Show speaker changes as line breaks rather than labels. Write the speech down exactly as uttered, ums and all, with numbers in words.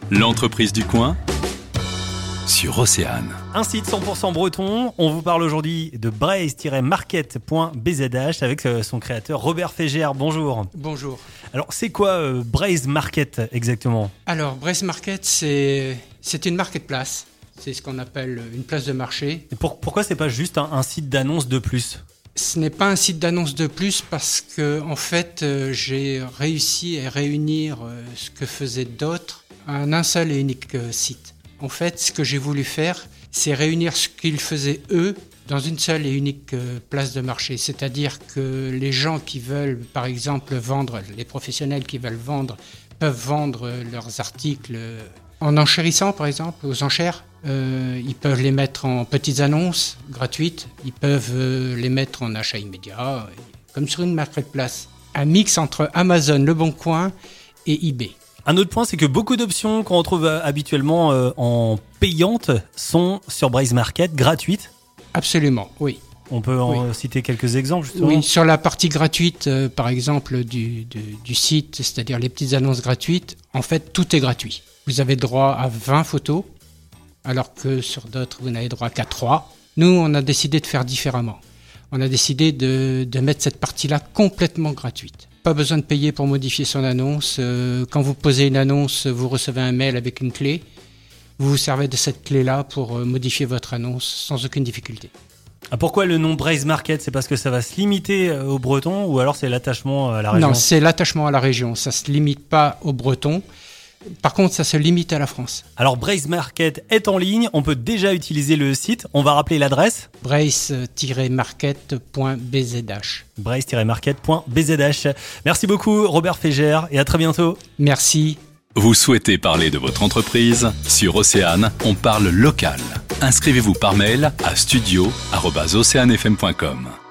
L'entreprise du coin sur Océane.
Un site cent pour cent breton. On vous parle aujourd'hui de braise tiret market point b z h avec son créateur Robert Fégère. Bonjour.
Bonjour.
Alors, c'est quoi euh, Braise Market exactement ?
Alors, Braise Market, c'est, c'est une marketplace. C'est ce qu'on appelle une place de marché.
Et pour, pourquoi c'est pas juste un, un site d'annonce de plus ?
Ce n'est pas un site d'annonce de plus parce que, en fait, euh, j'ai réussi à réunir euh, ce que faisaient d'autres en un seul et unique euh, site. En fait, ce que j'ai voulu faire, c'est réunir ce qu'ils faisaient eux dans une seule et unique euh, place de marché. C'est-à-dire que les gens qui veulent, par exemple, vendre, les professionnels qui veulent vendre, peuvent vendre euh, leurs articles euh, en enchérissant, par exemple, aux enchères. Euh, ils peuvent les mettre en petites annonces gratuites. Ils peuvent euh, les mettre en achat immédiat, comme sur une marketplace. Un mix entre Amazon, Le Bon Coin et eBay.
Un autre point, c'est que beaucoup d'options qu'on retrouve habituellement euh, en payante sont sur Braise Market, gratuites.
Absolument, oui.
On peut en
Oui.
citer quelques exemples, justement.
Oui, sur la partie gratuite, euh, par exemple, du, du, du site, c'est-à-dire les petites annonces gratuites, en fait, tout est gratuit. Vous avez droit à vingt photos, alors que sur d'autres, vous n'avez droit qu'à trois. Nous, on a décidé de faire différemment. On a décidé de, de mettre cette partie-là complètement gratuite. Pas besoin de payer pour modifier son annonce. Euh, quand vous posez une annonce, vous recevez un mail avec une clé. Vous vous servez de cette clé-là pour euh, modifier votre annonce sans aucune difficulté.
Ah, pourquoi le nom Braise Market ? C'est parce que ça va se limiter aux Bretons ou alors c'est l'attachement à la région ?
Non, c'est l'attachement à la région. Ça ne se limite pas aux Bretons. Par contre, ça se limite à la France.
Alors, Braise Market est en ligne. On peut déjà utiliser le site. On va rappeler l'adresse.
braise tiret market point b z h.
braise tiret market point b z h. Merci beaucoup, Robert Fégère, et à très bientôt.
Merci.
Vous souhaitez parler de votre entreprise ? Sur Océane, on parle local. Inscrivez-vous par mail à studio arobase oceanefm point com.